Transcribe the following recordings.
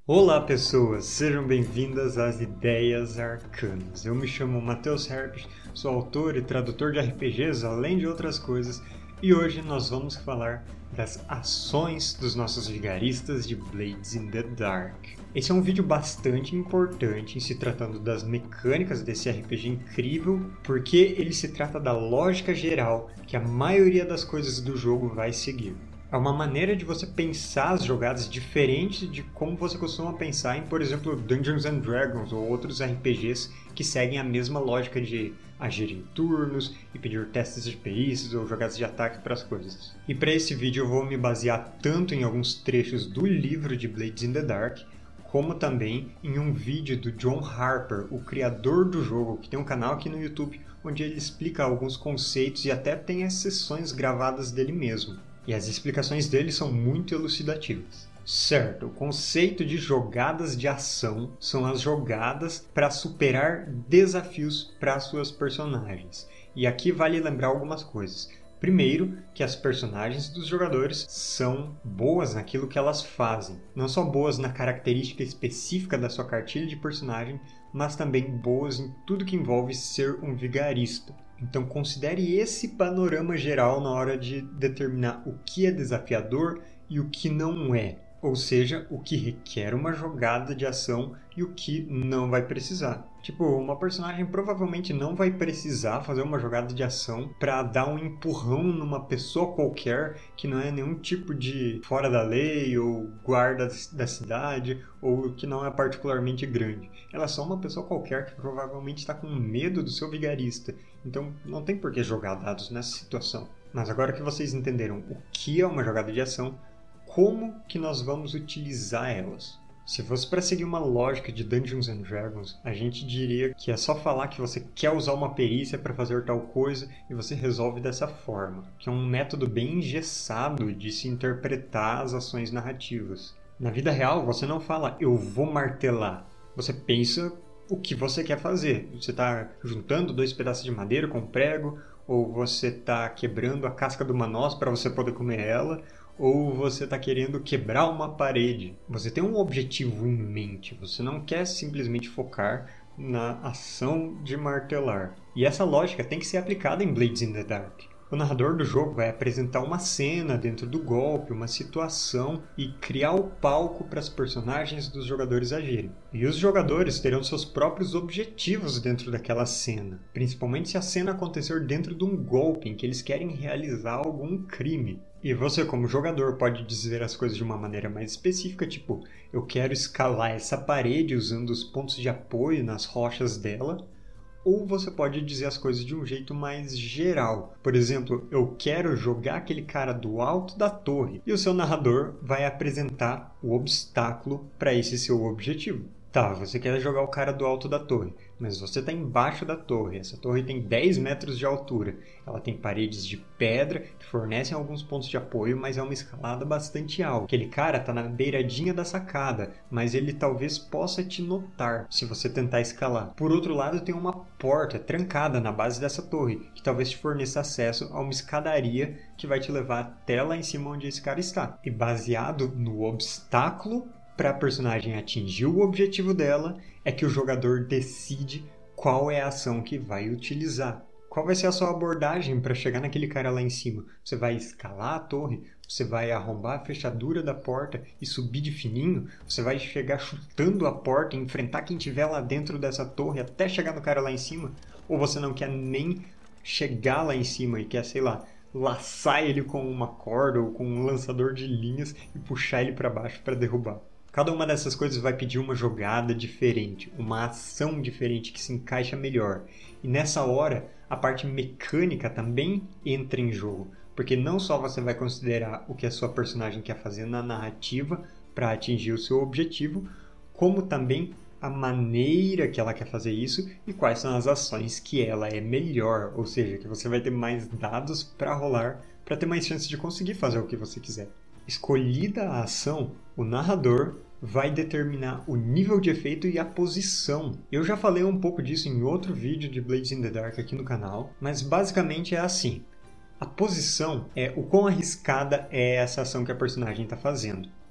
Olá pessoas, sejam bem-vindas às Ideias Arcanas. Eu me chamo Matheus Herpes, sou autor e tradutor de RPGs, além de outras coisas, e hoje nós vamos falar das ações dos nossos vigaristas de Blades in the Dark. Esse é um vídeo bastante importante em se tratando das mecânicas desse RPG incrível, porque ele se trata da lógica geral que a maioria das coisas do jogo vai seguir. É uma maneira de você pensar as jogadas diferente de como você costuma pensar em, por exemplo, Dungeons and Dragons ou outros RPGs que seguem a mesma lógica de agir em turnos e pedir testes de perícias ou jogadas de ataque para as coisas. E para esse vídeo eu vou me basear tanto em alguns trechos do livro de Blades in the Dark, como também em um vídeo do John Harper, o criador do jogo, que tem um canal aqui no YouTube onde ele explica alguns conceitos e até tem as sessões gravadas dele mesmo. E as explicações dele são muito elucidativas. Certo, o conceito de jogadas de ação são as jogadas para superar desafios para suas personagens. E aqui vale lembrar algumas coisas. Primeiro, que as personagens dos jogadores são boas naquilo que elas fazem. Não só boas na característica específica da sua cartilha de personagem, mas também boas em tudo que envolve ser um vigarista. Então considere esse panorama geral na hora de determinar o que é desafiador e o que não é. Ou seja, o que requer uma jogada de ação e o que não vai precisar. Tipo, uma personagem provavelmente não vai precisar fazer uma jogada de ação para dar um empurrão numa pessoa qualquer que não é nenhum tipo de fora da lei ou guarda da cidade ou que não é particularmente grande. Ela é só uma pessoa qualquer que provavelmente está com medo do seu vigarista. Então não tem por que jogar dados nessa situação. Mas agora que vocês entenderam o que é uma jogada de ação, como que nós vamos utilizar elas? Se fosse para seguir uma lógica de Dungeons and Dragons, a gente diria que é só falar que você quer usar uma perícia para fazer tal coisa e você resolve dessa forma, que é um método bem engessado de se interpretar as ações narrativas. Na vida real, você não fala eu vou martelar, você pensa o que você quer fazer. Você está juntando 2 pedaços de madeira com prego, ou você está quebrando a casca de uma noz para você poder comer ela, ou você está querendo quebrar uma parede. Você tem um objetivo em mente, você não quer simplesmente focar na ação de martelar. E essa lógica tem que ser aplicada em Blades in the Dark. O narrador do jogo vai apresentar uma cena dentro do golpe, uma situação e criar o palco para os personagens dos jogadores agirem. E os jogadores terão seus próprios objetivos dentro daquela cena, principalmente se a cena acontecer dentro de um golpe em que eles querem realizar algum crime. E você, como jogador, pode dizer as coisas de uma maneira mais específica, tipo, eu quero escalar essa parede usando os pontos de apoio nas rochas dela. Ou você pode dizer as coisas de um jeito mais geral. Por exemplo, eu quero jogar aquele cara do alto da torre. E o seu narrador vai apresentar o obstáculo para esse seu objetivo. Tá, você quer jogar o cara do alto da torre, mas você está embaixo da torre. Essa torre tem 10 metros de altura. Ela tem paredes de pedra que fornecem alguns pontos de apoio, mas é uma escalada bastante alta. Aquele cara está na beiradinha da sacada, mas ele talvez possa te notar se você tentar escalar. Por outro lado, tem uma porta trancada na base dessa torre, que talvez te forneça acesso a uma escadaria que vai te levar até lá em cima onde esse cara está. E baseado no obstáculo para a personagem atingir o objetivo dela, é que o jogador decide qual é a ação que vai utilizar. Qual vai ser a sua abordagem para chegar naquele cara lá em cima? Você vai escalar a torre? Você vai arrombar a fechadura da porta e subir de fininho? Você vai chegar chutando a porta e enfrentar quem estiver lá dentro dessa torre até chegar no cara lá em cima? Ou você não quer nem chegar lá em cima e quer, sei lá, laçar ele com uma corda ou com um lançador de linhas e puxar ele para baixo para derrubar? Cada uma dessas coisas vai pedir uma jogada diferente, uma ação diferente que se encaixa melhor. E nessa hora, a parte mecânica também entra em jogo. Porque não só você vai considerar o que a sua personagem quer fazer na narrativa para atingir o seu objetivo, como também a maneira que ela quer fazer isso e quais são as ações que ela é melhor. Ou seja, que você vai ter mais dados para rolar para ter mais chance de conseguir fazer o que você quiser. Escolhida a ação, o narrador vai determinar o nível de efeito e a posição. Eu já falei um pouco disso em outro vídeo de Blades in the Dark aqui no canal, mas basicamente é assim. A posição é o quão arriscada é essa ação que a personagem está fazendo.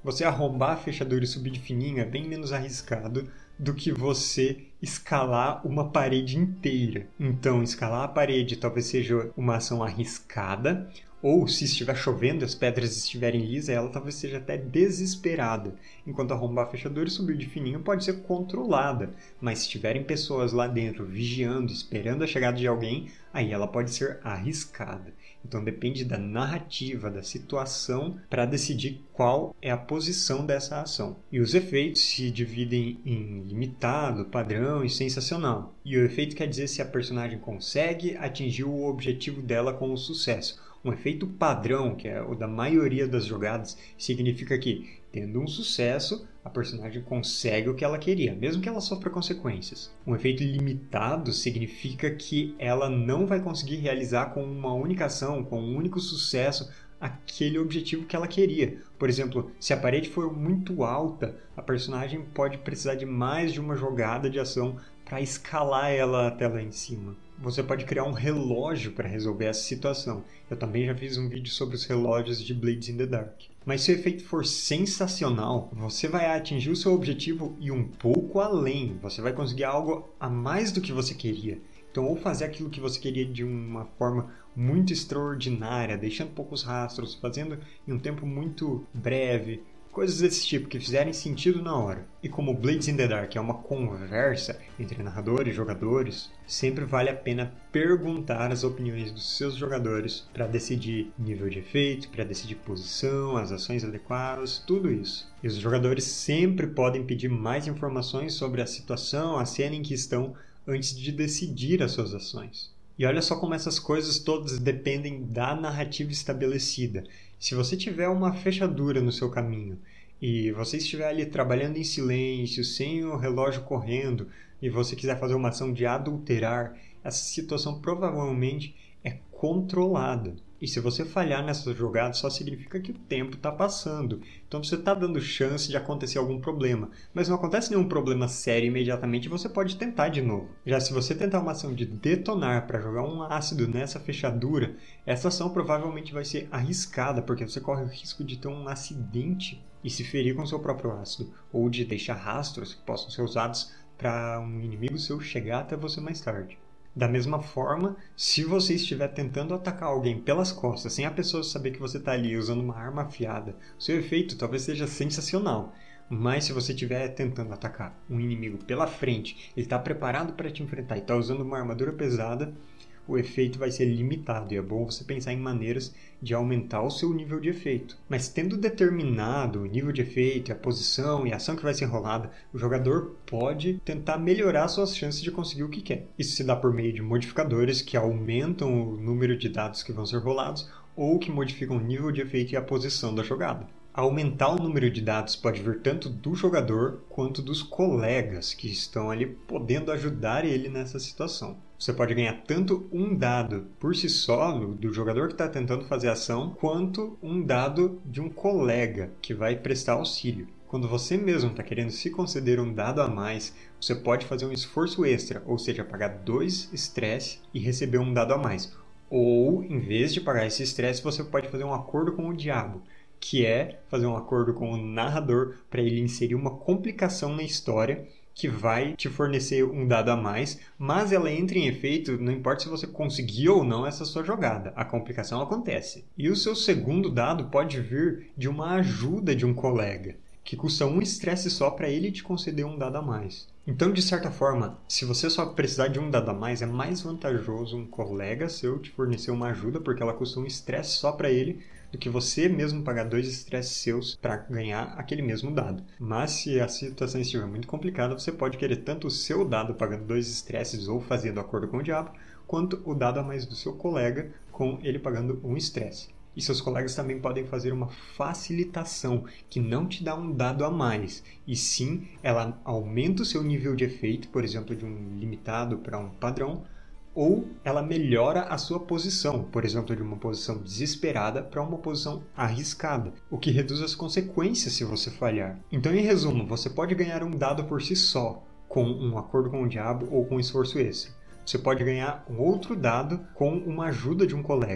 Você arrombar a fechadura e subir de fininho é bem menos arriscado do que você escalar uma parede inteira. Então, escalar a parede talvez seja uma ação arriscada, ou se estiver chovendo e as pedras estiverem lisas, ela talvez seja até desesperada. Enquanto arrombar a fechadura e subir de fininho pode ser controlada, mas se tiverem pessoas lá dentro vigiando, esperando a chegada de alguém, aí ela pode ser arriscada. Então depende da narrativa, da situação, para decidir qual é a posição dessa ação. E os efeitos se dividem em limitado, padrão e sensacional. E o efeito quer dizer se a personagem consegue atingir o objetivo dela com sucesso. Um efeito padrão, que é o da maioria das jogadas, significa que, tendo um sucesso, a personagem consegue o que ela queria, mesmo que ela sofra consequências. Um efeito limitado significa que ela não vai conseguir realizar com uma única ação, com um único sucesso, aquele objetivo que ela queria. Por exemplo, se a parede for muito alta, a personagem pode precisar de mais de uma jogada de ação para escalar ela até lá em cima. Você pode criar um relógio para resolver essa situação. Eu também já fiz um vídeo sobre os relógios de Blades in the Dark. Mas se o efeito for sensacional, você vai atingir o seu objetivo e um pouco além. Você vai conseguir algo a mais do que você queria. Então, ou fazer aquilo que você queria de uma forma muito extraordinária, deixando poucos rastros, fazendo em um tempo muito breve, coisas desse tipo que fizerem sentido na hora. E como Blades in the Dark é uma conversa entre narradores e jogadores, sempre vale a pena perguntar as opiniões dos seus jogadores para decidir nível de efeito, para decidir posição, as ações adequadas, tudo isso. E os jogadores sempre podem pedir mais informações sobre a situação, a cena em que estão, antes de decidir as suas ações. E olha só como essas coisas todas dependem da narrativa estabelecida. Se você tiver uma fechadura no seu caminho e você estiver ali trabalhando em silêncio, sem o relógio correndo, e você quiser fazer uma ação de adulterar, essa situação provavelmente é controlada. E se você falhar nessa jogada, só significa que o tempo está passando. Então você está dando chance de acontecer algum problema. Mas não acontece nenhum problema sério imediatamente e você pode tentar de novo. Já se você tentar uma ação de detonar para jogar um ácido nessa fechadura, essa ação provavelmente vai ser arriscada, porque você corre o risco de ter um acidente e se ferir com seu próprio ácido, ou de deixar rastros que possam ser usados para um inimigo seu chegar até você mais tarde. Da mesma forma, se você estiver tentando atacar alguém pelas costas, sem a pessoa saber que você está ali usando uma arma afiada, o seu efeito talvez seja sensacional. Mas se você estiver tentando atacar um inimigo pela frente, ele está preparado para te enfrentar e está usando uma armadura pesada, o efeito vai ser limitado e é bom você pensar em maneiras de aumentar o seu nível de efeito. Mas tendo determinado o nível de efeito, a posição e a ação que vai ser rolada, o jogador pode tentar melhorar suas chances de conseguir o que quer. Isso se dá por meio de modificadores que aumentam o número de dados que vão ser rolados ou que modificam o nível de efeito e a posição da jogada. Aumentar o número de dados pode vir tanto do jogador quanto dos colegas que estão ali podendo ajudar ele nessa situação. Você pode ganhar tanto um dado por si só, do jogador que está tentando fazer a ação, quanto um dado de um colega que vai prestar auxílio. Quando você mesmo está querendo se conceder um dado a mais, você pode fazer um esforço extra, ou seja, pagar 2 estresse e receber um dado a mais. Ou, em vez de pagar esse estresse, você pode fazer um acordo com o diabo, que é fazer um acordo com o narrador para ele inserir uma complicação na história que vai te fornecer um dado a mais, mas ela entra em efeito não importa se você conseguiu ou não essa sua jogada, a complicação acontece. E o seu segundo dado pode vir de uma ajuda de um colega, que custa um estresse só para ele te conceder um dado a mais. Então, de certa forma, se você só precisar de um dado a mais, é mais vantajoso um colega seu te fornecer uma ajuda, porque ela custa um estresse só para ele, do que você mesmo pagar 2 estresses seus para ganhar aquele mesmo dado. Mas se a situação estiver muito complicada, você pode querer tanto o seu dado pagando 2 estresses ou fazendo acordo com o diabo, quanto o dado a mais do seu colega com ele pagando 1 estresse. E seus colegas também podem fazer uma facilitação, que não te dá um dado a mais, e sim ela aumenta o seu nível de efeito, por exemplo, de um limitado para um padrão, ou ela melhora a sua posição, por exemplo, de uma posição desesperada para uma posição arriscada, o que reduz as consequências se você falhar. Então, em resumo, você pode ganhar um dado por si só, com um acordo com o diabo ou com um esforço extra. Você pode ganhar um outro dado com uma ajuda de um colega.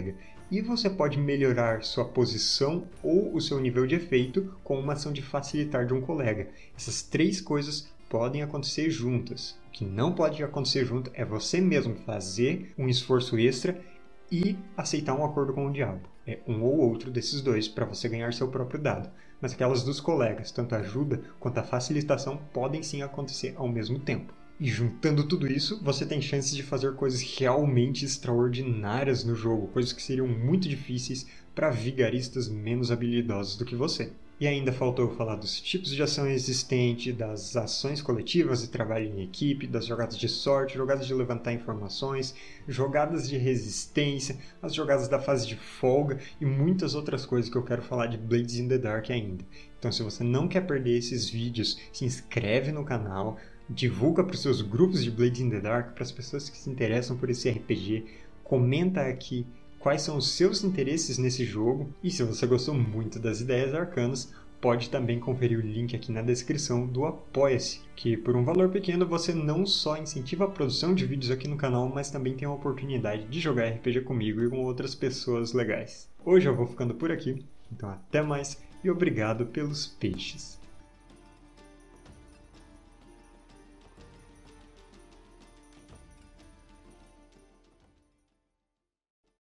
e você pode melhorar sua posição ou o seu nível de efeito com uma ação de facilitar de um colega. Essas 3 coisas podem acontecer juntas. O que não pode acontecer junto é você mesmo fazer um esforço extra e aceitar um acordo com o diabo. É um ou outro desses 2 para você ganhar seu próprio dado. Mas aquelas dos colegas, tanto a ajuda quanto a facilitação, podem sim acontecer ao mesmo tempo. E juntando tudo isso, você tem chances de fazer coisas realmente extraordinárias no jogo, coisas que seriam muito difíceis para vigaristas menos habilidosos do que você. E ainda faltou falar dos tipos de ação existente, das ações coletivas e trabalho em equipe, das jogadas de sorte, jogadas de levantar informações, jogadas de resistência, as jogadas da fase de folga e muitas outras coisas que eu quero falar de Blades in the Dark ainda. Então, se você não quer perder esses vídeos, se inscreve no canal, divulga para os seus grupos de Blades in the Dark, para as pessoas que se interessam por esse RPG, comenta aqui quais são os seus interesses nesse jogo, e se você gostou muito das ideias arcanas, pode também conferir o link aqui na descrição do Apoia-se, que por um valor pequeno você não só incentiva a produção de vídeos aqui no canal, mas também tem a oportunidade de jogar RPG comigo e com outras pessoas legais. Hoje eu vou ficando por aqui, então até mais e obrigado pelos peixes.